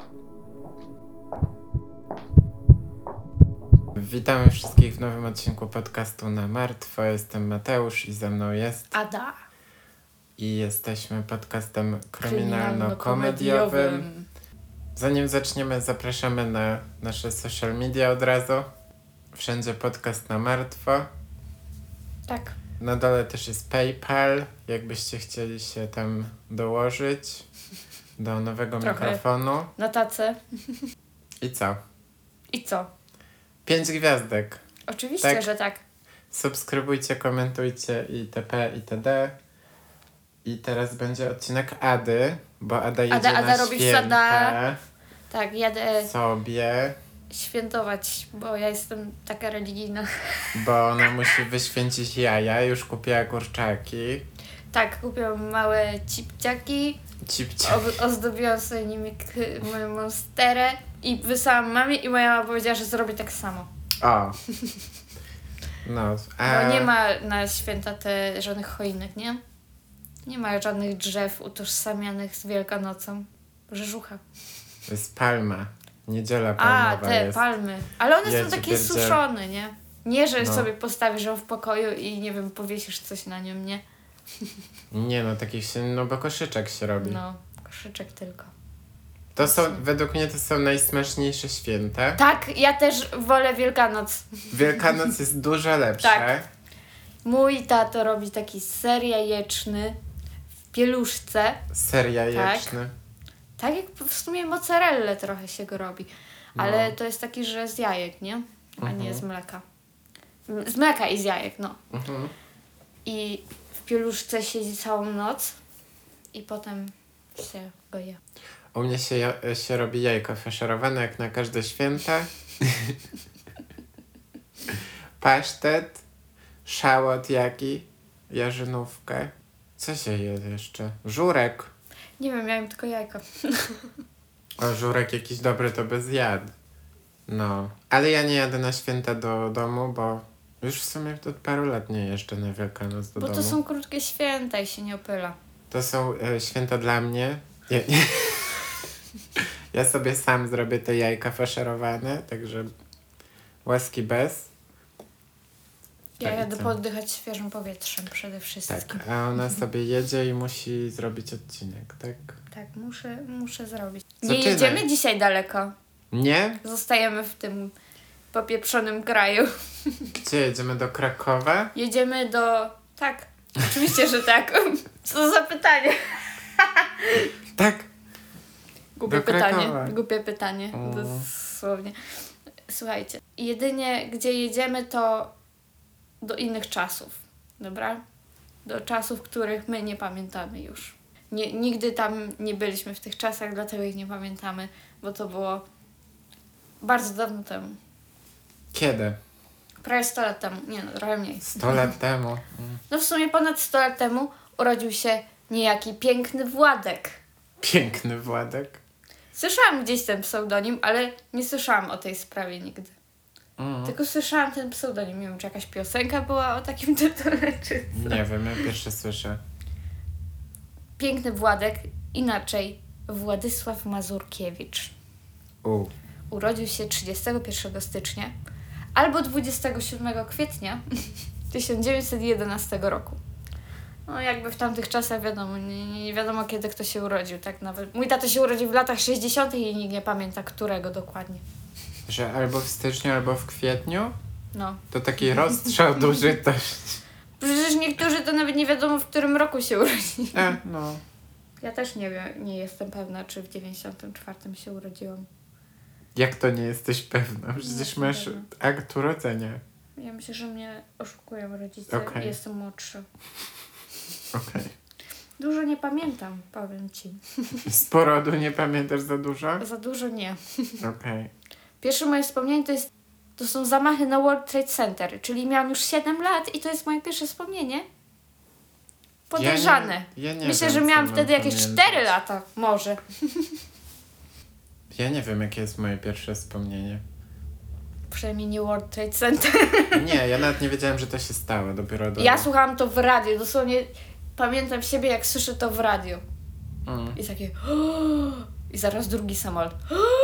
Witamy wszystkich w nowym odcinku podcastu Na Martwo. Jestem Mateusz i ze mną jest Ada. I jesteśmy podcastem kryminalno-komediowym. Zanim zaczniemy, zapraszamy na nasze social media od razu. Wszędzie podcast Na Martwo. Tak. Na dole też jest PayPal, jakbyście chcieli się tam dołożyć do nowego mikrofonu. Na tacę. I co? I co? 5 gwiazdek. Oczywiście, Tak. że tak. Subskrybujcie, komentujcie itp. itd. I teraz będzie odcinek Ady, bo Ada jedzie Ada na robi święta wsada. Tak, jadę sobie, świętować, bo ja jestem taka religijna. bo ona musi wyświęcić jaja, już kupiła kurczaki. Tak, kupiłam małe cipciaki, ozdobiłam sobie nimi moją monsterę i wysłałam mamie i moja mama powiedziała, że zrobi tak samo. O! No, Bo nie ma na święta żadnych choinek, nie? Nie ma żadnych drzew utożsamianych z Wielkanocą. Rzeżucha. To jest palma. Niedziela palmowa te jest. palmy. Ale one Ja są ci takie pierdzielę. suszone, nie? Nie, że No. sobie postawisz ją w pokoju i nie wiem, powiesisz coś na nią, nie? Nie no, takich się, no bo koszyczek się robi. No, koszyczek tylko. To są, według mnie to są najsmaczniejsze święta. Tak, ja też wolę Wielkanoc. Wielkanoc jest dużo lepsze. Tak. Mój tato robi taki ser jajeczny w pieluszce. Ser jajeczny. Tak jak w sumie mozzarellę trochę się go robi. Ale No. to jest taki, że z jajek, nie? A nie Mhm. z mleka. Z mleka i z jajek, no. Mhm. I w pieluszce siedzi całą noc i potem się go je. U mnie się robi jajko faszerowane jak na każde święta. Pasztet, szałot jaki, jarzynówkę. Co się je jeszcze? Żurek. Nie wiem, miałem tylko jajko. O, żurek jakiś dobry to by zjadł. No. Ale ja nie jadę na święta do domu, bo już w sumie od paru lat nie jeżdżę na Wielkanoc do Bo domu. to są krótkie święta i się nie opyla. To są święta dla mnie. Ja sobie sam zrobię te jajka faszerowane, także łaski bez. Ja Tak, i jadę co? pooddychać świeżym powietrzem przede wszystkim. Tak, a ona sobie jedzie i musi zrobić odcinek, tak? Tak, muszę zrobić. Zaczynaj. Nie jedziemy dzisiaj daleko. Nie? Zostajemy w tym popieprzonym kraju. Gdzie jedziemy? Do Krakowa? Jedziemy do... Tak, oczywiście, że tak. Co za pytanie? Tak. Głupie Do pytanie. Krakowa. Głupie pytanie. O. Dosłownie. Słuchajcie, jedynie gdzie jedziemy to do innych czasów, dobra? Do czasów, których my nie pamiętamy już. Nigdy tam nie byliśmy w tych czasach, dlatego ich nie pamiętamy, bo to było bardzo dawno temu. Kiedy? Prawie 100 lat temu. Nie no, trochę mniej. 100 lat temu. No w sumie ponad 100 lat temu urodził się niejaki piękny Władek. Piękny Władek. Słyszałam gdzieś ten pseudonim, ale nie słyszałam o tej sprawie nigdy. Tylko słyszałam ten pseudonim. Nie wiem, czy jakaś piosenka była o takim tytule, czy co. Nie wiem, ja pierwsze słyszę. Piękny Władek, inaczej Władysław Mazurkiewicz. Urodził się 31 stycznia albo 27 kwietnia 1911 roku. No jakby w tamtych czasach wiadomo, nie wiadomo kiedy kto się urodził, tak nawet. Mój tato się urodził w latach 60. i nikt nie pamięta którego dokładnie. Że albo w styczniu, albo w kwietniu? No. To taki rozstrzał duży też. Przecież niektórzy to nawet nie wiadomo w którym roku się urodzili. No. Ja też nie wiem, nie jestem pewna, czy w 94 się urodziłam. Jak to nie jesteś pewna? Przecież jestem masz pewna. akt urodzenia. Ja myślę, że mnie oszukują rodzice Okej. i jestem młodsza. Okej. Dużo nie pamiętam, powiem ci. Z porodu nie pamiętasz za dużo? Za dużo nie. Okej. Pierwsze moje wspomnienie to są zamachy na World Trade Center, czyli miałam już 7 lat i to jest moje pierwsze wspomnienie. Podejrzane. Ja nie Myślę, wiem, że co miałam mam wtedy jakieś pamiętać. 4 lata, może. Ja nie wiem, jakie jest moje pierwsze wspomnienie. Przynajmniej nie World Trade Center. Nie, ja nawet nie wiedziałem, że to się stało. Dopiero do... Ja słuchałam to w radiu, dosłownie pamiętam siebie jak słyszę to w radiu. Mm. I takie I zaraz drugi samolot.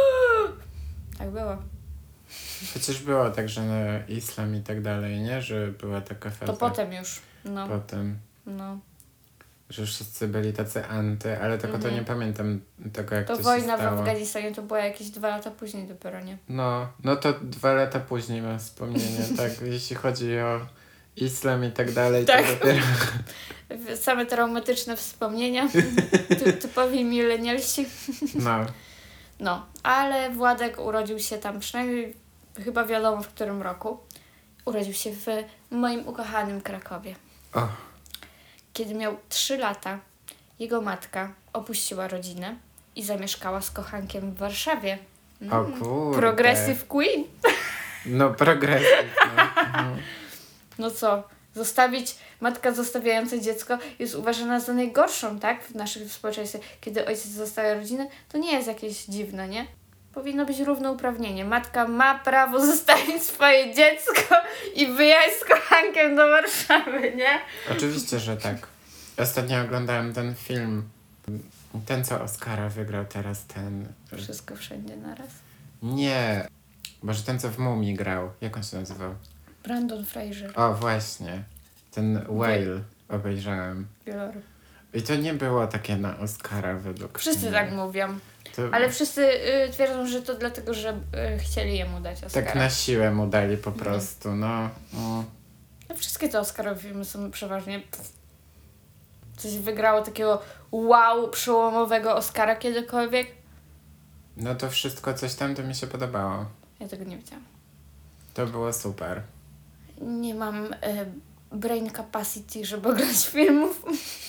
Tak było. Chociaż było tak, że na islam i tak dalej, nie? Że była taka faza. To potem już. No. Potem. No. Że wszyscy byli tacy anty, ale tylko to nie pamiętam tego, jak To to wojna się stało. w Afganistanie to była jakieś 2 lata później dopiero, nie? No to 2 lata później mam wspomnienie, tak? Jeśli chodzi o islam i tak dalej, Tak. to dopiero... Same traumatyczne wspomnienia. Typowi milenialsi. No. No, ale Władek urodził się tam, przynajmniej chyba wiadomo w którym roku. Urodził się w moim ukochanym Krakowie. O, Kiedy miał 3 lata, jego matka opuściła rodzinę i zamieszkała z kochankiem w Warszawie. o kurde. Progressive Queen. No, progressive, no. Mhm. No co, matka zostawiająca dziecko jest uważana za najgorszą, tak? W naszych społeczeństwie. Kiedy ojciec zostawia rodzinę, to nie jest jakieś dziwne, nie? Powinno być równouprawnienie. Matka ma prawo zostawić swoje dziecko i wyjechać z kochankiem do Warszawy, nie? Oczywiście, że tak. Ostatnio oglądałem ten film. Ten, co Oscara wygrał teraz, ten... Wszystko wszędzie naraz. Nie. Może ten, co w Mumii grał. Jak on się nazywał? Brandon Fraser. O, właśnie. Ten Whale obejrzałem. Wieloryb. I to nie było takie na Oscara według Wszyscy mnie. tak mówią. To Ale wszyscy twierdzą, że to dlatego, że chcieli jemu dać Oscara. tak na siłę mu dali po prostu, no. No, wszystkie te Oscarowe filmy są przeważnie... Coś wygrało takiego wow, przełomowego Oscara kiedykolwiek? No to wszystko coś tam, to mi się podobało. Ja tego nie widziałam. To było super. Nie mam brain capacity, żeby oglądać filmów.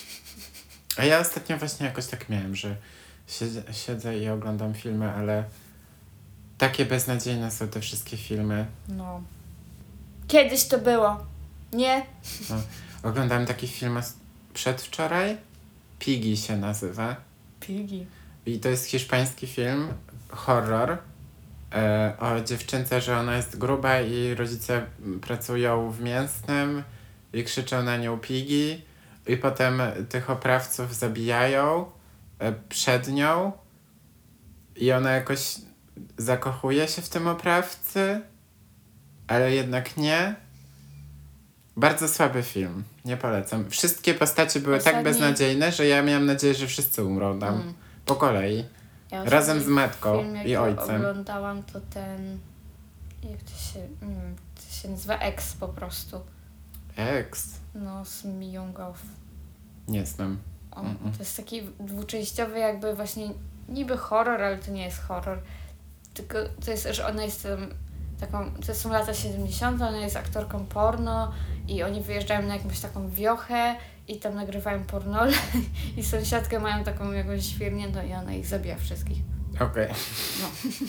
A ja ostatnio właśnie jakoś tak miałem, że siedzę i oglądam filmy, ale takie beznadziejne są te wszystkie filmy. No. Kiedyś to było. Nie? No. Oglądałem taki film przedwczoraj. Piggy się nazywa. Piggy. I to jest hiszpański film, horror, o dziewczynce, że ona jest gruba i rodzice pracują w mięsnym i krzyczą na nią Piggy i potem tych oprawców zabijają przed nią i ona jakoś zakochuje się w tym oprawcy, ale jednak nie. Bardzo słaby film, nie polecam. Wszystkie postacie były tak beznadziejne, że ja miałam nadzieję, że wszyscy umrą tam. Po kolei. Ja Razem z matką film, i ojcem. Oglądałam to ten... Jak to się... Nie wiem, to się nazywa X po prostu. X? No, z Miją Goff. Nie znam. To jest taki dwuczęściowy jakby właśnie niby horror, ale to nie jest horror. Tylko to jest, że ona jest taką... To są lata 70., ona jest aktorką porno i oni wyjeżdżają na jakąś taką wiochę i tam nagrywają pornole i sąsiadkę mają taką jakąś świerniętą i ona ich zabija wszystkich. Okej. No.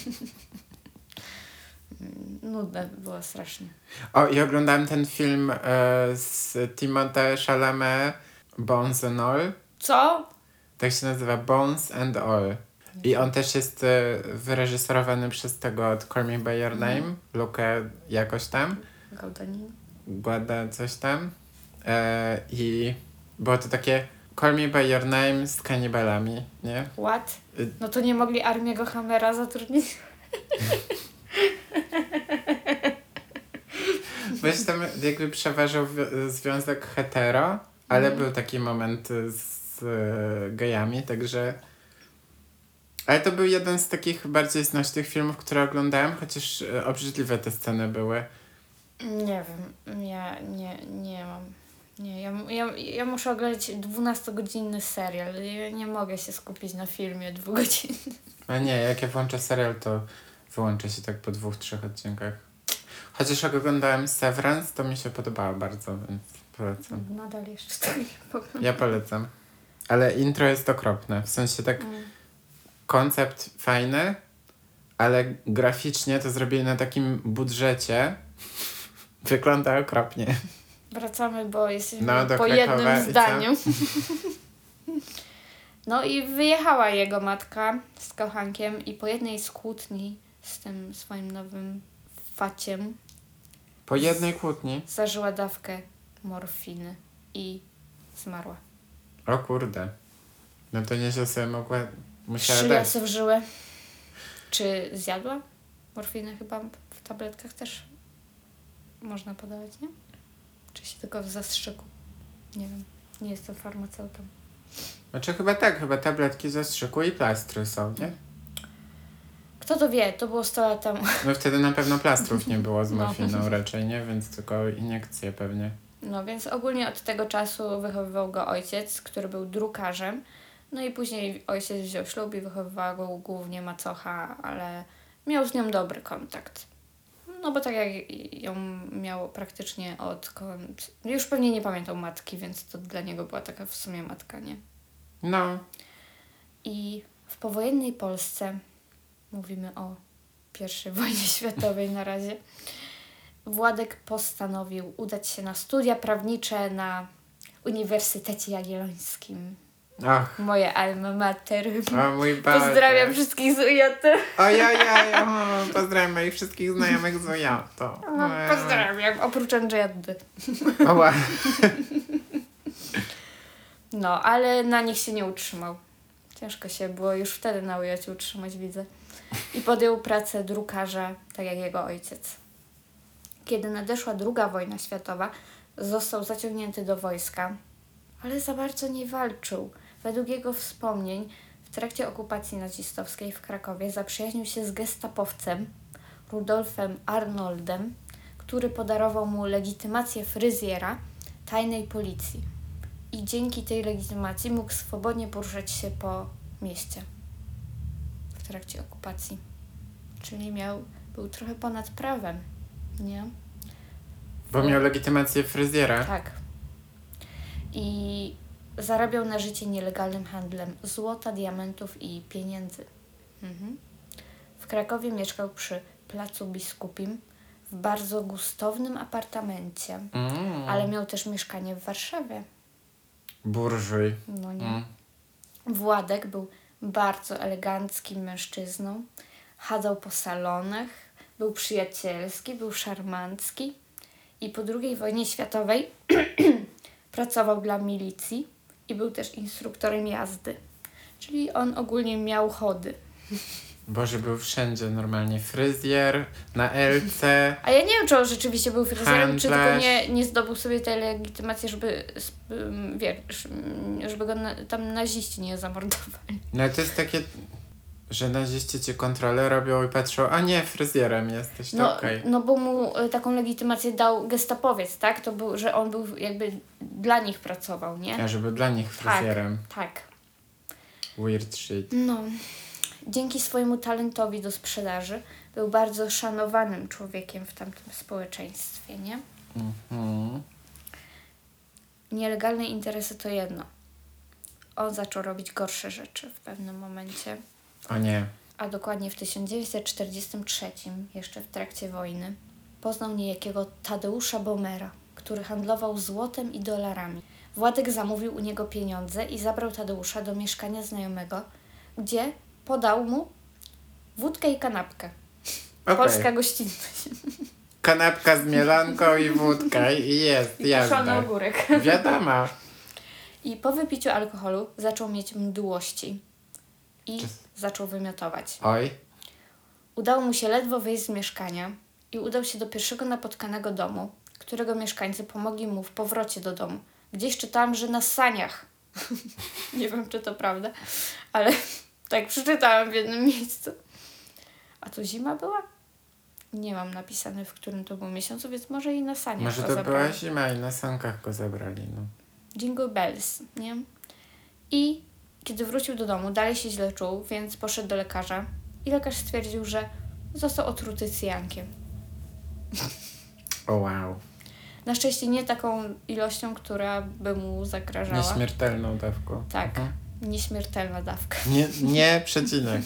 Nudne było strasznie. O, i oglądałem ten film z Timothée Chalamet, Bones and All. Co? Tak się nazywa, Bones and All. I on też jest wyreżyserowany przez tego od Call Me By Your Name, Lukę jakoś tam. Gaudanin. Guada coś tam. I było to takie Call Me By Your Name z kanibalami, nie? What? No to nie mogli Armiego Hammera zatrudnić? Wiesz, tam jakby przeważał związek hetero, ale był taki moment z gejami, także... Ale to był jeden z takich bardziej znośnych filmów, które oglądałem, chociaż obrzydliwe te sceny były. Nie wiem, nie mam. Nie, ja muszę oglądać 12-godzinny serial. Ja nie mogę się skupić na filmie 2 godzin. A nie, jak ja włączę serial, to wyłączę się tak po 2-3 odcinkach. Chociaż jak oglądałem Severance, to mi się podobało bardzo, więc polecam. Nadal jeszcze to nie poglądam. Ja polecam. Ale intro jest okropne, w sensie tak koncept fajny, ale graficznie to zrobili na takim budżecie. Wygląda okropnie. Wracamy, bo jesteśmy do po Krakowa jednym i zdaniu. No i wyjechała jego matka z kochankiem i po jednej z kłótni z tym swoim nowym faciem Po jednej kłótni. zażyła dawkę morfiny i zmarła. O kurde. No to nieźle sobie mogła Musiała Szyja dać. se w żyłę. Czy zjadła? Morfinę chyba w tabletkach też można podawać, nie? Czy się tylko w zastrzyku? Nie wiem. Nie jestem farmaceutą. Znaczy chyba tak, chyba tabletki zastrzyku i plastry są, nie? Kto to wie? To było 100 lat temu. No wtedy na pewno plastrów nie było z No. morfiną raczej, nie? Więc tylko iniekcje pewnie. No więc ogólnie od tego czasu wychowywał go ojciec, który był drukarzem. No i później ojciec wziął ślub i wychowywała go głównie macocha, ale miał z nią dobry kontakt. No bo tak jak ją miał praktycznie odkąd... Już pewnie nie pamiętał matki, więc to dla niego była taka w sumie matka, nie? No. I w powojennej Polsce, mówimy o I wojnie światowej na razie, Władek postanowił udać się na studia prawnicze na Uniwersytecie Jagiellońskim. Ach, Moje alma mater. o mój Boże. Pozdrawiam wszystkich z UJ. Ojojoj, pozdrawiam moich wszystkich znajomych z UJ-u. Pozdrawiam, oprócz Andrzejaddy. Oła. No, ale na nich się nie utrzymał. Ciężko się było już wtedy na UJ utrzymać, widzę. I podjął pracę drukarza, tak jak jego ojciec. Kiedy nadeszła II wojna światowa, został zaciągnięty do wojska, ale za bardzo nie walczył. Według jego wspomnień, w trakcie okupacji nazistowskiej w Krakowie zaprzyjaźnił się z gestapowcem Rudolfem Arnoldem, który podarował mu legitymację fryzjera tajnej policji. I dzięki tej legitymacji mógł swobodnie poruszać się po mieście w trakcie okupacji. Czyli był trochę ponad prawem, nie? Bo miał legitymację fryzjera. Tak. I zarabiał na życie nielegalnym handlem złota, diamentów i pieniędzy. W Krakowie mieszkał przy Placu Biskupim w bardzo gustownym apartamencie, ale miał też mieszkanie w Warszawie. Burżuj. No nie. Władek był bardzo eleganckim mężczyzną. Chadzał po salonach, był przyjacielski, był szarmancki i po II wojnie światowej pracował dla milicji i był też instruktorem jazdy. Czyli on ogólnie miał chody. Boże, był wszędzie normalnie. Fryzjer, na LC. A ja nie wiem, czy on rzeczywiście był fryzjerem, czy tylko Handlarz. nie zdobył sobie tej legitymacji, żeby go tam naziści nie zamordowali. No to jest takie, że naziści ci kontrolę robią i patrzą, a nie, fryzjerem jesteś, to No, okej. no bo mu taką legitymację dał gestapowiec, tak? To był, że on był jakby dla nich pracował, nie? A żeby dla nich fryzjerem. Tak. Weird shit. No. Dzięki swojemu talentowi do sprzedaży był bardzo szanowanym człowiekiem w tamtym społeczeństwie, nie? Nielegalne interesy to jedno. On zaczął robić gorsze rzeczy w pewnym momencie. O nie. A dokładnie w 1943, jeszcze w trakcie wojny, poznał niejakiego Tadeusza Bomera, który handlował złotem i dolarami. Władek zamówił u niego pieniądze i zabrał Tadeusza do mieszkania znajomego, gdzie podał mu wódkę i kanapkę. Okej. Polska gościnność. Kanapka z mielonką i wódka i jest, Kiszony jazda. ogórek. Wiadomo. I po wypiciu alkoholu zaczął mieć mdłości i zaczął wymiotować. Oj. Udało mu się ledwo wyjść z mieszkania i udał się do pierwszego napotkanego domu, którego mieszkańcy pomogli mu w powrocie do domu. Gdzieś czytałam, że na saniach. Nie wiem, czy to prawda, ale tak przeczytałam w jednym miejscu. A to zima była? Nie mam napisane, w którym to był miesiącu, więc może i na saniach Może go to zabrali. była zima i na sankach go zabrali, no. Jingle bells, nie? I kiedy wrócił do domu, dalej się źle czuł, więc poszedł do lekarza i lekarz stwierdził, że został otruty cyjankiem. O wow. Na szczęście nie taką ilością, która by mu zagrażała. Nieśmiertelną dawką. Tak, nieśmiertelna dawka. Nie przecinek.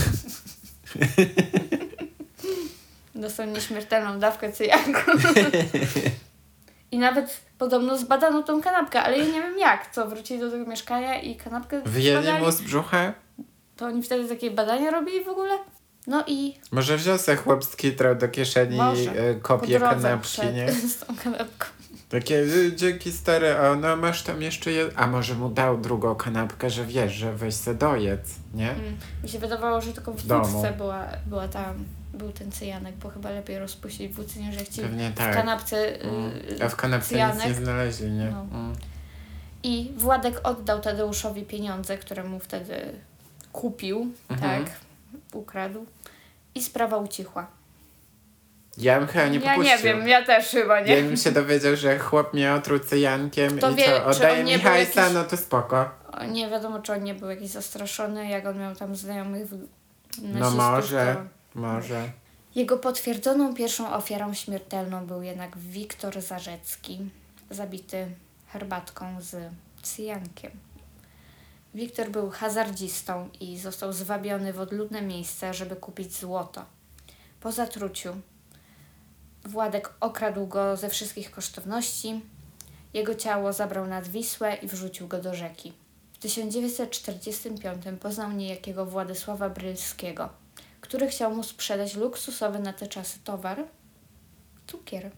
Dostał nieśmiertelną dawkę cyjanku. I nawet podobno zbadano tą kanapkę, ale ja nie wiem jak. Co, wrócili do tego mieszkania i kanapkę Wyjęli zbadali? mu z brzucha? To oni wtedy takie badania robili w ogóle? No i Może wziął se chłop z kitrą do kieszeni może i kopie po drodze kanapki, wszedł nie? z tą kanapką. Takie, dzięki stary, a no masz tam jeszcze a może mu dał drugą kanapkę, że wiesz, że weź se dojedz, nie? Mi się wydawało, że tylko w wódce był ten cyjanek, bo chyba lepiej rozpuścić w wódce, niż jak ci Pewnie w tak. kanapce A w kanapce cyjanek. nic nie znaleźli, nie? No. I Władek oddał Tadeuszowi pieniądze, które mu wtedy kupił, tak, ukradł i sprawa ucichła. Ja bym chyba nie popuścił. Ja nie wiem, ja też chyba nie. Ja bym się dowiedział, że chłop mnie otruł cyjankiem Kto i wie, co, oddaje on nie mi był hajsa, jakiś- no to spoko. Nie wiadomo, czy on nie był jakiś zastraszony, jak on miał tam znajomych No nazistów, może. Jego potwierdzoną pierwszą ofiarą śmiertelną był jednak Wiktor Zarzecki, zabity herbatką z cyjankiem. Wiktor był hazardzistą i został zwabiony w odludne miejsce, żeby kupić złoto. Po zatruciu Władek okradł go ze wszystkich kosztowności. Jego ciało zabrał nad Wisłę i wrzucił go do rzeki. W 1945 poznał niejakiego Władysława Brylskiego, który chciał mu sprzedać luksusowy na te czasy towar – cukier.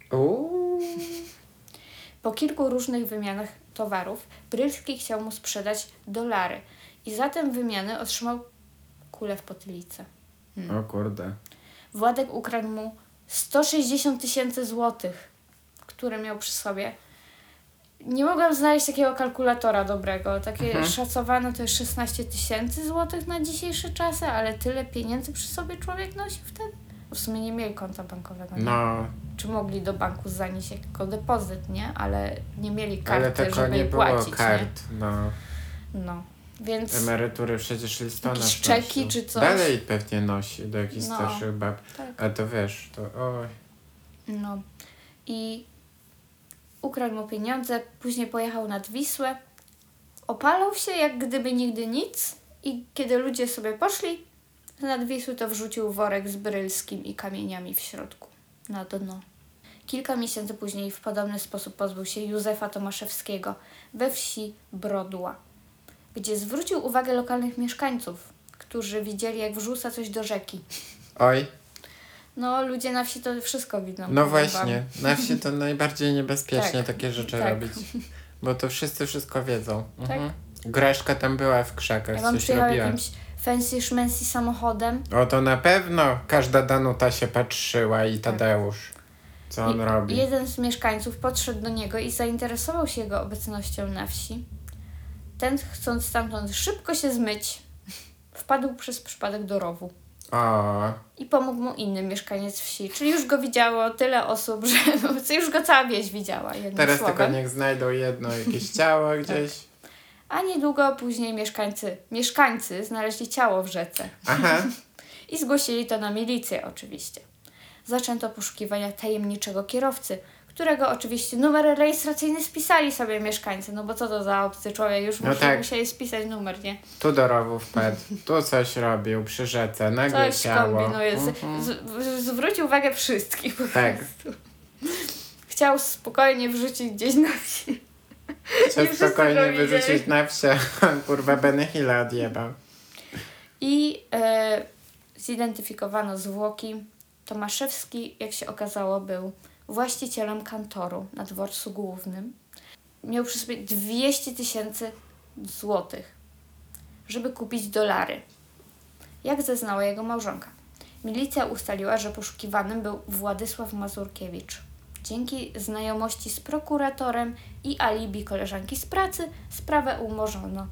Po kilku różnych wymianach towarów Brylski chciał mu sprzedać dolary i za tę wymianę otrzymał kulę w potylicę. O kurde. Władek ukradł mu 160 000 złotych, które miał przy sobie. Nie mogłam znaleźć takiego kalkulatora dobrego. Takie szacowane to jest 16 000 złotych na dzisiejsze czasy, ale tyle pieniędzy przy sobie człowiek nosił wtedy? W sumie nie mieli konta bankowego. Nie? No. Czy mogli do banku zanieść jako depozyt, nie? Ale nie mieli karty, Ale tylko żeby nie je było płacić, kart, no. No, więc Emerytury przecież listonosz jakieś czeki czy coś. Dalej pewnie nosi do jakichś starszych bab. tak. A to wiesz, to oj. No. I ukradł mu pieniądze, później pojechał nad Wisłę, opalał się jak gdyby nigdy nic i kiedy ludzie sobie poszli nad Wisły, to wrzucił worek z brylskim i kamieniami w środku na dno. Kilka miesięcy później w podobny sposób pozbył się Józefa Tomaszewskiego we wsi Brodła, gdzie zwrócił uwagę lokalnych mieszkańców, którzy widzieli, jak wrzuca coś do rzeki. Oj. No, ludzie na wsi to wszystko widzą. No powiem właśnie, na wsi to najbardziej niebezpiecznie Tak, takie rzeczy tak. robić. Bo to wszyscy wszystko wiedzą. Tak. Greszka tam była w krzakach, Jak on coś przyjechał robiła. jakimś fancy szmensy samochodem. O to na pewno każda Danuta się patrzyła i Tadeusz. Co on robi? Jeden z mieszkańców podszedł do niego i zainteresował się jego obecnością na wsi. Ten, chcąc stamtąd szybko się zmyć, wpadł przez przypadek do rowu. O, I pomógł mu inny mieszkaniec wsi. Czyli już go widziało tyle osób, że już go cała wieś widziała, jednym teraz słowem. tylko niech znajdą jedno jakieś ciało gdzieś. A niedługo później mieszkańcy znaleźli ciało w rzece. Aha. I zgłosili to na milicję oczywiście. Zaczęto poszukiwania tajemniczego kierowcy, którego oczywiście numer rejestracyjny spisali sobie mieszkańcy, no bo co to za obcy człowiek, już musieli spisać numer, nie? Tu do rowu wpadł, tu coś robił przy rzece, nagle Coś ciało. kombinuje. Zwrócił uwagę wszystkich po Tak. prostu. Chciał spokojnie wrzucić gdzieś na wsi. Chciał wszyscy spokojnie to widzieli. wyrzucić na wsie, kurwa Benny Hilla odjebał. I zidentyfikowano zwłoki. Tomaszewski, jak się okazało, był właścicielem kantoru na dworcu głównym. Miał przy sobie 200 000 złotych, żeby kupić dolary. Jak zeznała jego małżonka. Milicja ustaliła, że poszukiwanym był Władysław Mazurkiewicz. Dzięki znajomości z prokuratorem i alibi koleżanki z pracy sprawę umorzono.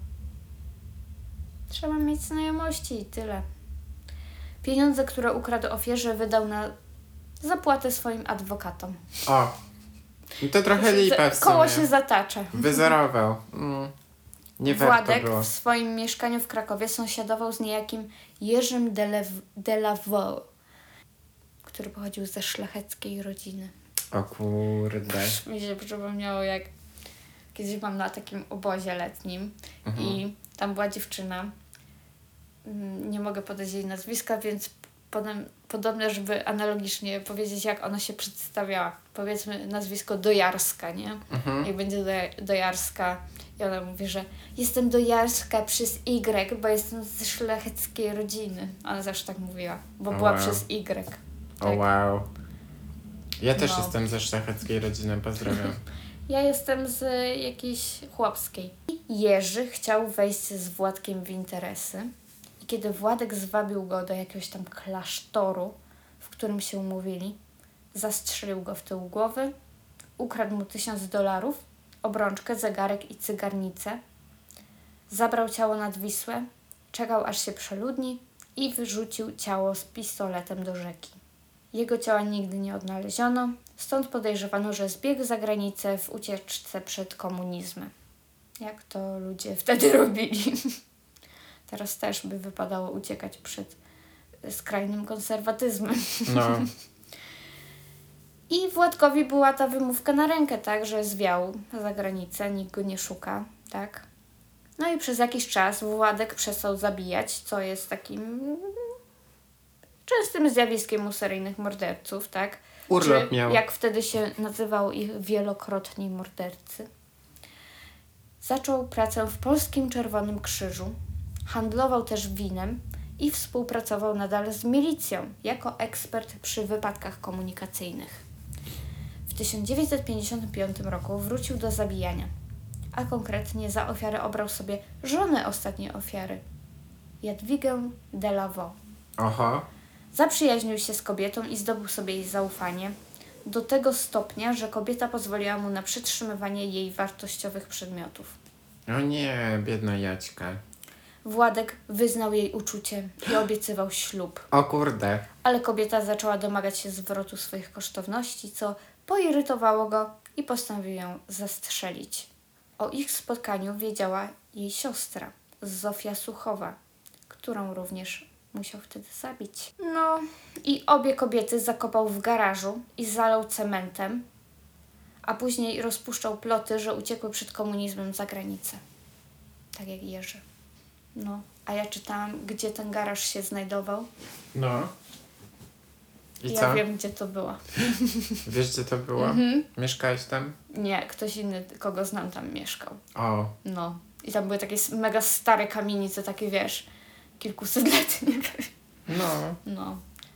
Trzeba mieć znajomości i tyle. Pieniądze, które ukradł ofierze, wydał na zapłatę swoim adwokatom. O, i to trochę lipa w sumie. Koło się zatacza. Wyzerował. Nie warto Władek było. w swoim mieszkaniu w Krakowie sąsiadował z niejakim Jerzym Delavaux, który pochodził ze szlacheckiej rodziny. O kurde. Mi się przypomniało, jak kiedyś byłam na takim obozie letnim i tam była dziewczyna. Nie mogę podać jej nazwiska, więc podobne, żeby analogicznie powiedzieć, jak ona się przedstawiała. Powiedzmy nazwisko Dojarska, nie? Jak będzie Dojarska i ona mówi, że jestem Dojarska przez Y, bo jestem ze szlacheckiej rodziny. Ona zawsze tak mówiła, bo była przez Y. O wow. Ja też No. jestem ze szlacheckiej rodziny, pozdrawiam. Ja jestem z jakiejś chłopskiej. Jerzy chciał wejść z Władkiem w interesy i kiedy Władek zwabił go do jakiegoś tam klasztoru, w którym się umówili, zastrzelił go w tył głowy, ukradł mu $1000, obrączkę, zegarek i cygarnicę, zabrał ciało nad Wisłę, czekał aż się przeludni i wyrzucił ciało z pistoletem do rzeki. Jego ciała nigdy nie odnaleziono, stąd podejrzewano, że zbiegł za granicę w ucieczce przed komunizmem. Jak to ludzie wtedy robili. Teraz też by wypadało uciekać przed skrajnym konserwatyzmem. No, I Władkowi była ta wymówka na rękę, tak, że zwiał za granicę, nikt go nie szuka, tak. No i przez jakiś czas Władek przestał zabijać, co jest takim częstym zjawiskiem u seryjnych morderców, tak. urlop Czy, miał. jak wtedy się nazywał ich wielokrotni mordercy. Zaczął pracę w Polskim Czerwonym Krzyżu, handlował też winem i współpracował nadal z milicją jako ekspert przy wypadkach komunikacyjnych. W 1955 roku wrócił do zabijania, a konkretnie za ofiarę obrał sobie żonę ostatniej ofiary, Jadwigę de la Vaux. Oho. Zaprzyjaźnił się z kobietą i zdobył sobie jej zaufanie do tego stopnia, że kobieta pozwoliła mu na przetrzymywanie jej wartościowych przedmiotów. O nie, biedna Jaćka. Władek wyznał jej uczucie i obiecywał ślub, O kurde. ale kobieta zaczęła domagać się zwrotu swoich kosztowności, co poirytowało go i postanowił ją zastrzelić. O ich spotkaniu wiedziała jej siostra, Zofia Suchowa, którą również musiał wtedy zabić. No i obie kobiety zakopał w garażu i zalał cementem, a później rozpuszczał ploty, że uciekły przed komunizmem za granicę. Tak jak Jerzy. No, a ja czytałam, gdzie ten garaż się znajdował. No. I Ja co? wiem, gdzie to było. Wiesz, gdzie to było? Mieszkałeś tam? Nie, ktoś inny, kogo znam, tam mieszkał. O. No. I tam były takie mega stare kamienice, takie wiesz, kilkusetletnie. No. No.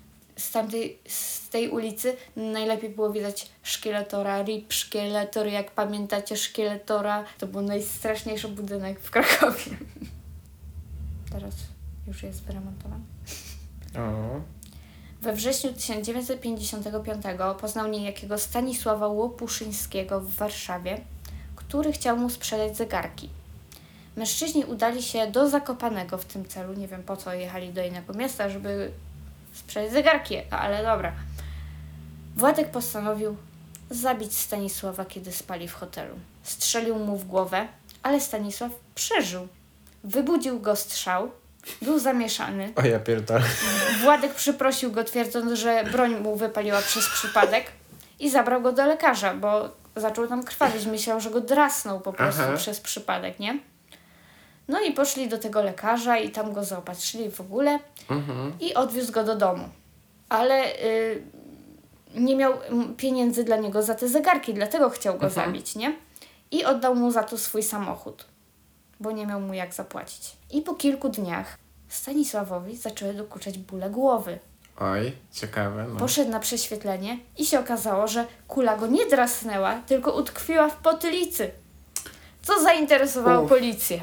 Z tej ulicy najlepiej było widać Szkieletora, RIP Szkieletor. Jak pamiętacie Szkieletora, to był najstraszniejszy budynek w Krakowie. Teraz już jest wyremontowany. O. We wrześniu 1955 poznał niejakiego Stanisława Łopuszyńskiego w Warszawie, który chciał mu sprzedać zegarki. Mężczyźni udali się do Zakopanego w tym celu. Nie wiem, po co jechali do innego miasta, żeby sprzedać zegarki, ale dobra. Władek postanowił zabić Stanisława, kiedy spali w hotelu. Strzelił mu w głowę, ale Stanisław przeżył. Wybudził go strzał, był zamieszany. O ja pierdolę. Władek przeprosił go, twierdząc, że broń mu wypaliła przez przypadek i zabrał go do lekarza, bo zaczął tam krwawić. Myślał, że go drasnął po prostu przez przypadek, nie? No i poszli do tego lekarza i tam go zaopatrzyli w ogóle i odwiózł go do domu. Ale nie miał pieniędzy dla niego za te zegarki, dlatego chciał go zabić, nie? I oddał mu za to swój samochód, bo nie miał mu jak zapłacić. I po kilku dniach Stanisławowi zaczęły dokuczać bóle głowy. Oj, ciekawe. No. Poszedł na prześwietlenie i się okazało, że kula go nie drasnęła, tylko utkwiła w potylicy. Co zainteresowało policję.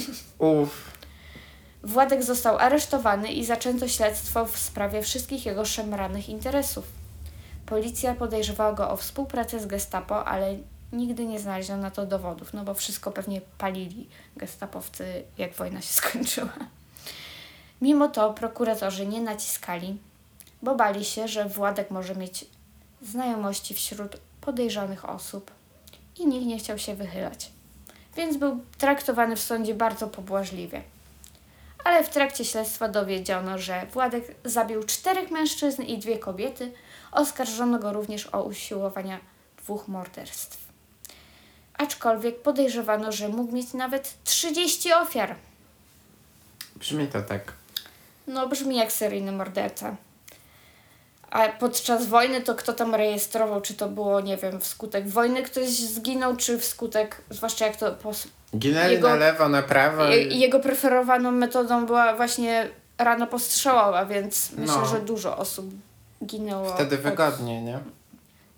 Władek został aresztowany i zaczęto śledztwo w sprawie wszystkich jego szemranych interesów. Policja podejrzewała go o współpracę z Gestapo, ale nigdy nie znaleziono na to dowodów, no bo wszystko pewnie palili gestapowcy, jak wojna się skończyła. Mimo to prokuratorzy nie naciskali, bo bali się, że Władek może mieć znajomości wśród podejrzanych osób i nikt nie chciał się wychylać. Więc był traktowany w sądzie bardzo pobłażliwie. Ale w trakcie śledztwa dowiedziono, że Władek zabił 4 mężczyzn i 2 kobiety. Oskarżono go również o usiłowania 2 morderstw. Aczkolwiek podejrzewano, że mógł mieć nawet 30 ofiar. Brzmi to tak. No, brzmi jak seryjny morderca. A podczas wojny to kto tam rejestrował, czy to było, nie wiem, wskutek wojny ktoś zginął, czy wskutek, zwłaszcza jak to Ginęli na lewo, na prawo. Jego preferowaną metodą była właśnie rana postrzałowa, więc myślę, że dużo osób ginęło. Wtedy wygodnie, nie?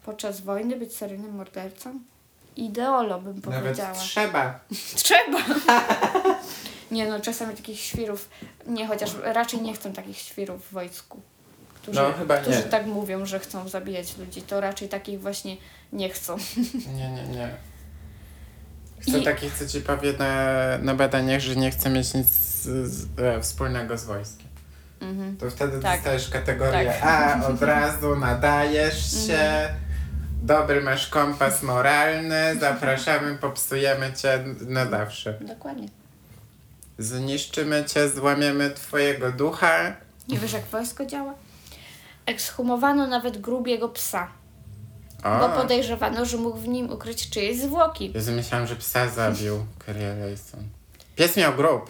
podczas wojny być seryjnym mordercą? Ideolo bym powiedziała. Nawet trzeba. Trzeba! Nie no, czasami takich świrów, nie, chociaż raczej nie chcą takich świrów w wojsku. Którzy tak mówią, że chcą zabijać ludzi, to raczej takich właśnie nie chcą. Nie. Chcę takich, co ci powie na badaniach, że nie chce mieć nic wspólnego z wojskiem. To wtedy dostajesz kategorię A, od razu nadajesz się, dobry masz kompas moralny, zapraszamy, popsujemy cię na zawsze. Dokładnie. Zniszczymy cię, złamiemy twojego ducha. Nie wiesz, jak wojsko działa? Ekshumowano nawet grób jego psa, bo podejrzewano, że mógł w nim ukryć czyjeś zwłoki. Jezu, myślałam, że psa zabił Carrie Elwson. Pies miał grób.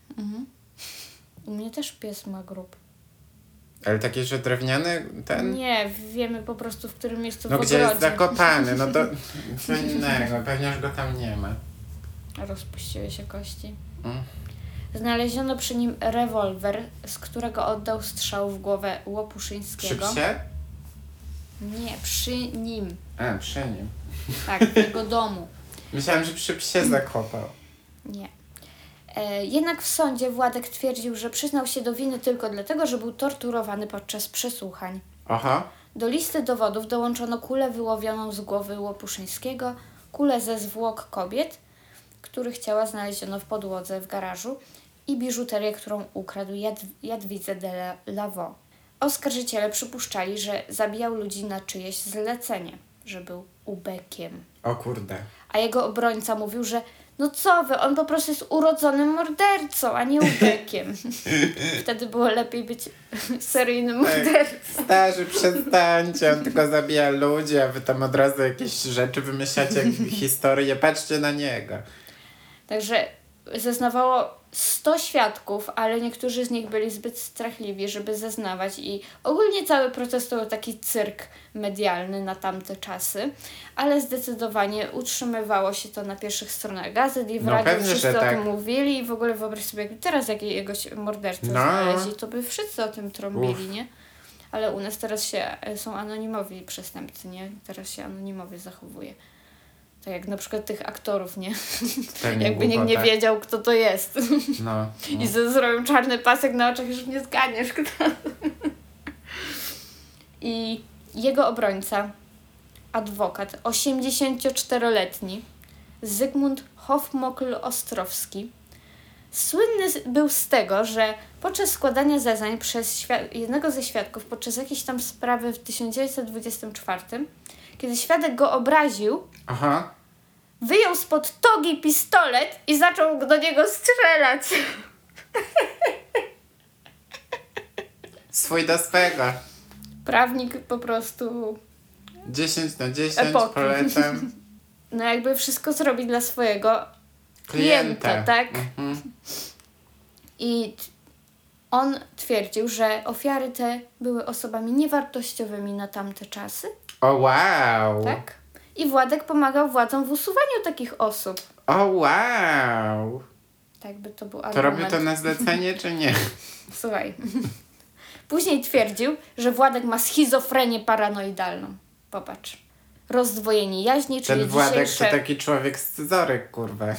U mnie też pies ma grób. Ale taki, że drewniany ten? Nie, wiemy po prostu, w którym miejscu w No ogrodzie. gdzie jest zakopany, no to co innego, pewnie już go tam nie ma. Rozpuściły się kości. Znaleziono przy nim rewolwer, z którego oddał strzał w głowę Przy Łopuszyńskiego. psie? Nie, przy nim. A, przy nim. Tak, w jego domu. Myślałam, że przy psie zakopał. Nie. Jednak w sądzie Władek twierdził, że przyznał się do winy tylko dlatego, że był torturowany podczas przesłuchań. Aha. Do listy dowodów dołączono kulę wyłowioną z głowy Łopuszyńskiego, kulę ze zwłok kobiet, których ciała znaleziono w podłodze w garażu i biżuterię, którą ukradł Jadwidze de Lavaux. Oskarżyciele przypuszczali, że zabijał ludzi na czyjeś zlecenie, że był ubekiem. O kurde. A jego obrońca mówił, że no co wy, on po prostu jest urodzonym mordercą, a nie ubekiem. Wtedy było lepiej być seryjnym mordercą. Starzy, przestańcie, on tylko zabija ludzi, a wy tam od razu jakieś rzeczy wymyślacie, historie, patrzcie na niego. Także zeznawało 100 świadków, ale niektórzy z nich byli zbyt strachliwi, żeby zeznawać i ogólnie cały proces to był taki cyrk medialny na tamte czasy, ale zdecydowanie utrzymywało się to na pierwszych stronach gazet i w radiu pewnie, wszyscy że o tak. tym mówili i w ogóle wyobraź sobie, jakby teraz jakiegoś mordercę znaleźli, to by wszyscy o tym trąbili, nie? Ale u nas teraz są anonimowi przestępcy, nie? Teraz się anonimowie zachowuje. Tak jak na przykład tych aktorów, nie? Jakby nikt nie wiedział, kto to jest. No. I zrobią czarny pasek na oczach, już nie zgadniesz, kto. I jego obrońca, adwokat, 84-letni, Zygmunt Hofmokl-Ostrowski, słynny był z tego, że podczas składania zeznań przez jednego ze świadków podczas jakiejś tam sprawy w 1924, kiedy świadek go obraził, wyjął spod togi pistolet i zaczął do niego strzelać. Swój do swego. Prawnik po prostu 10/10 epoki. polecam. No jakby wszystko zrobi dla swojego klienta, tak? I on twierdził, że ofiary te były osobami niewartościowymi na tamte czasy. O wow! Tak? I Władek pomagał władzom w usuwaniu takich osób. O wow! Tak by to był To argument. robił to na zlecenie, czy nie? Słuchaj. Później twierdził, że Władek ma schizofrenię paranoidalną. Popatrz. Rozdwojenie jaźni, czyli Ten Władek dzisiejsze... to taki człowiek scyzoryk, kurwa.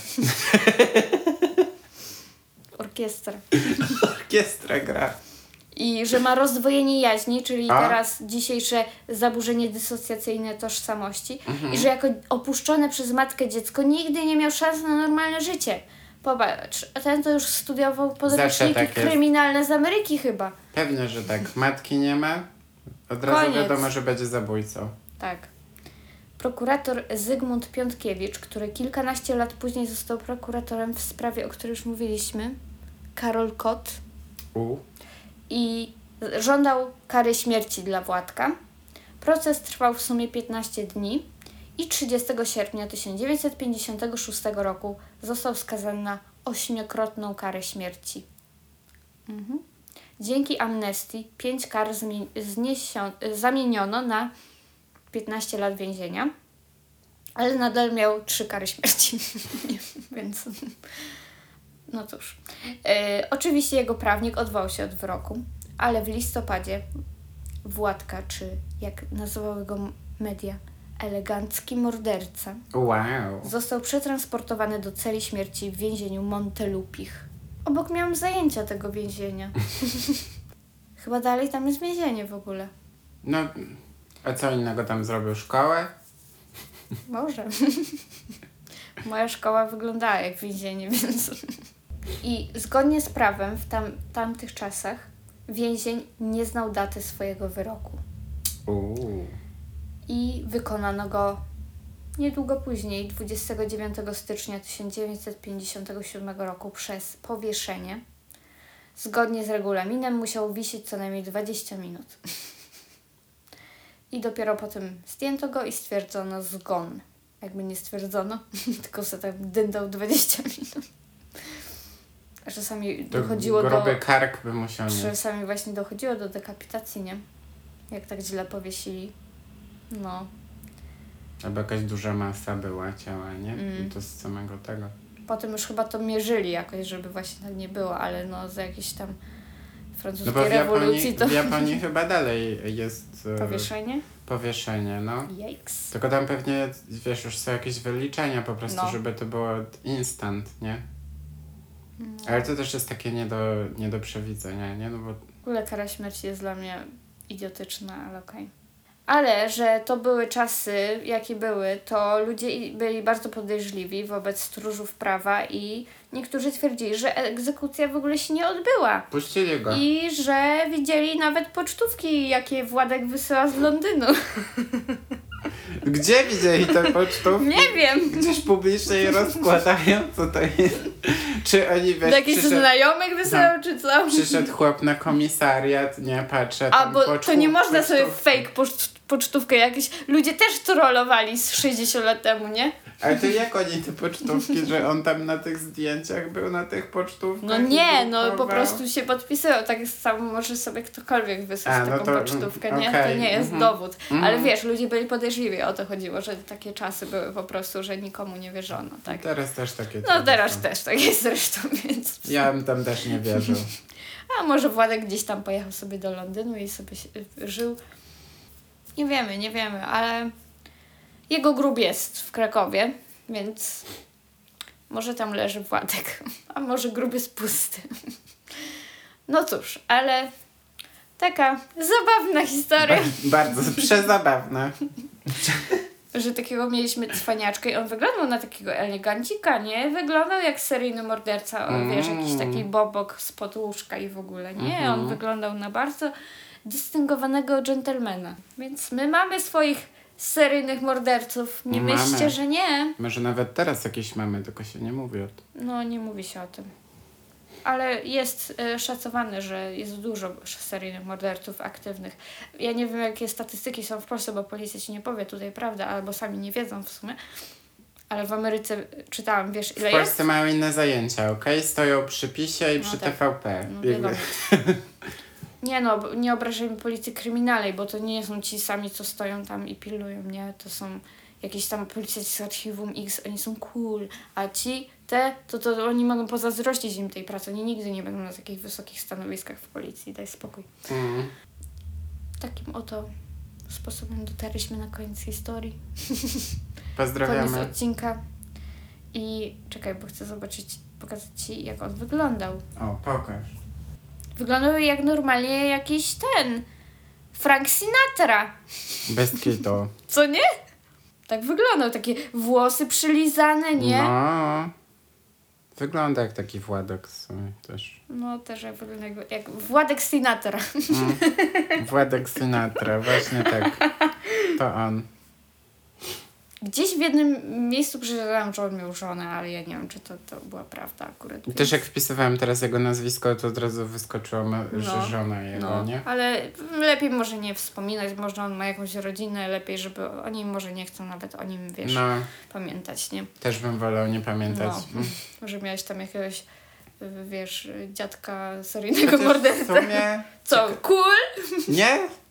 Orkiestra. Orkiestra gra. I że ma rozdwojenie jaźni, czyli teraz dzisiejsze zaburzenie dysocjacyjne tożsamości. I że jako opuszczone przez matkę dziecko nigdy nie miał szans na normalne życie. Popatrz, ten to już studiował podręczniki tak kryminalne z Ameryki chyba. Pewnie, że tak. Matki nie ma. Od razu Koniec. wiadomo, że będzie zabójcą. Tak. Prokurator Zygmunt Piątkiewicz, który kilkanaście lat później został prokuratorem w sprawie, o której już mówiliśmy, Karol Kot, i żądał kary śmierci dla Władka. Proces trwał w sumie 15 dni i 30 sierpnia 1956 roku został skazany na 8-krotną karę śmierci. Dzięki amnestii 5 kar zamieniono na 15 lat więzienia, ale nadal miał 3 kary śmierci. Więc no cóż. Oczywiście jego prawnik odwołał się od wyroku, ale w listopadzie Władka, czy jak nazywały go media. Elegancki morderca Wow. został przetransportowany do celi śmierci w więzieniu Montelupich. Obok miałam zajęcia tego więzienia. Chyba dalej tam jest więzienie w ogóle. No, a co innego tam zrobił? Szkołę? Może. Moja szkoła wyglądała jak więzienie, więc... I zgodnie z prawem w tamtych czasach więzień nie znał daty swojego wyroku. I wykonano go niedługo później, 29 stycznia 1957 roku przez powieszenie. Zgodnie z regulaminem musiał wisieć co najmniej 20 minut. I dopiero potem zdjęto go i stwierdzono zgon. Jakby nie stwierdzono, tylko sobie tak dyndał 20 minut. A czasami To dochodziło gruby kark by musiał mieć. Czasami właśnie dochodziło do dekapitacji, nie? Jak tak źle powiesili. No. Albo jakaś duża masa była ciała, nie? I to z samego tego. Potem już chyba to mierzyli jakoś, żeby właśnie tak nie było, ale no za jakieś tam No francuskiej bo rewolucji to... w Japonii chyba dalej jest Powieszenie? powieszenie, no. Yikes. Tylko tam pewnie, wiesz, już są jakieś wyliczenia po prostu, No. żeby to było instant, nie? Ale to też jest takie nie do przewidzenia, nie? No bo W ogóle kara śmierci jest dla mnie idiotyczna, ale okej. Ale, że to były czasy, jakie były, to ludzie byli bardzo podejrzliwi wobec stróżów prawa i niektórzy twierdzili, że egzekucja w ogóle się nie odbyła. puścili go. I że widzieli nawet pocztówki, jakie Władek wysyła z Londynu. Gdzie widzieli te pocztówki? Nie wiem. Gdzieś publicznie je rozkładają, co to jest? Czy oni, wiesz, Do jakichś znajomych wysyłał, czy co? przyszedł chłop na komisariat, nie, patrzę, A, tam bo to nie można sobie pocztówkę. fake pocztówkę jakieś... Ludzie też trollowali z 60 lat temu, nie? Ale to jak oni te pocztówki, że on tam na tych zdjęciach był, na tych pocztówkach? No i nie, no po drukował? prostu się podpisywał. Tak samo może sobie ktokolwiek wysłać A, no taką to, pocztówkę, nie? okej, To nie jest mhm. dowód. Ale wiesz, ludzie byli podejrzliwi, o to chodziło, że takie czasy były po prostu, że nikomu nie wierzono, tak? Teraz też takie No czasy teraz są. też tak jest zresztą, więc... Ja bym tam też nie wierzył. A może Władek gdzieś tam pojechał sobie do Londynu i sobie żył. Nie wiemy, ale jego grób jest w Krakowie, więc może tam leży Władek, a może grób jest pusty. No cóż, ale taka zabawna historia, Bardzo przezabawne. że takiego mieliśmy cwaniaczkę i on wyglądał na takiego elegancika, nie? Wyglądał jak seryjny morderca, wiesz, jakiś taki bobok spod łóżka i w ogóle, nie? On wyglądał na bardzo dystyngowanego dżentelmena. Więc my mamy swoich seryjnych morderców. Nie Mamy. myślcie, że nie. Może nawet teraz jakieś mamy, tylko się nie mówi o tym. No, nie mówi się o tym. Ale jest szacowane, że jest dużo seryjnych morderców aktywnych. Ja nie wiem, jakie statystyki są w Polsce, bo policja ci nie powie tutaj prawda, albo sami nie wiedzą w sumie. Ale w Ameryce czytałam, wiesz, ile W jest? Polsce mają inne zajęcia, okej? Stoją przy PiS-ie i przy tak. TVP. No, wiadomo. Nie no, nie obrażajmy policji kryminalnej, bo to nie są ci sami, co stoją tam i pilnują, nie? To są jakieś tam policjanci z archiwum X, oni są cool, a ci, to oni mogą pozazdrościć im tej pracy, oni nigdy nie będą na takich wysokich stanowiskach w policji, daj spokój. Takim oto sposobem dotarliśmy na koniec historii. Pozdrawiamy. Koniec odcinka. I czekaj, bo chcę pokazać ci, jak on wyglądał. O, pokaż. Wyglądał jak normalnie jakiś Frank Sinatra. Bez kitu. Co nie? Tak wyglądał, takie włosy przylizane, nie? No. Wygląda jak taki Władek w sumie też. No też jak wygląda jak Władek Sinatra. Władek Sinatra, właśnie tak. To on. Gdzieś w jednym miejscu przeczytałam, że on miał żonę, ale ja nie wiem, czy to była prawda akurat. I też jak wpisywałem teraz jego nazwisko, to od razu wyskoczyło, że żona jego, nie? Ale lepiej może nie wspominać, może on ma jakąś rodzinę, lepiej, żeby oni może nie chcą nawet o nim, wiesz, No, pamiętać, nie? też bym wolał nie pamiętać. No. Może miałeś tam jakiegoś, wiesz, dziadka seryjnego Chociaż mordercę. w sumie... Co, cool? Nie?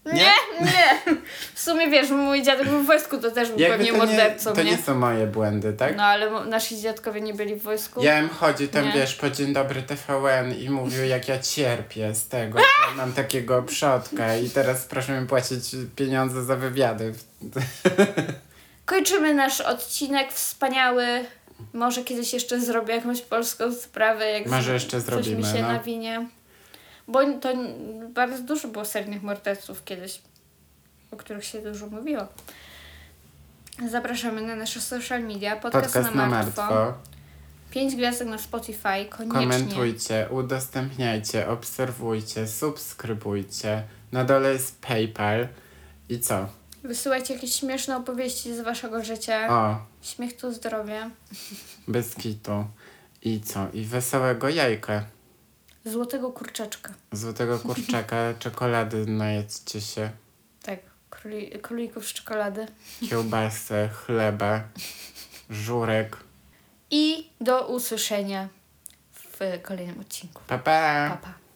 Nie. W sumie wiesz, mój dziadek był w wojsku, to też był pewnie mordercą, to nie są moje błędy, tak? No ale nasi dziadkowie nie byli w wojsku. Ja bym chodził tam, Nie. wiesz, po Dzień Dobry TVN i mówił, jak ja cierpię z tego, że mam takiego przodka i teraz proszę mi płacić pieniądze za wywiady. Kończymy nasz odcinek wspaniały. Może kiedyś jeszcze zrobię jakąś polską sprawę, jak Może jeszcze coś mi zrobimy, się no. nawinie. Bo to bardzo dużo było seryjnych morderców kiedyś, o których się dużo mówiło. Zapraszamy na nasze social media. Podcast na martwo. 5 gwiazdek na Spotify, koniecznie. Komentujcie, udostępniajcie, obserwujcie, subskrybujcie. Na dole jest PayPal. I co? Wysyłajcie jakieś śmieszne opowieści z waszego życia. O, Śmiech to zdrowie. bez kitu. I co? I wesołego jajka. Złotego kurczaczka. Złotego kurczaka, czekolady najedzcie się. Tak, królików z czekolady. Kiełbasę, chleba, żurek. I do usłyszenia w kolejnym odcinku. Pa, pa! Pa, pa.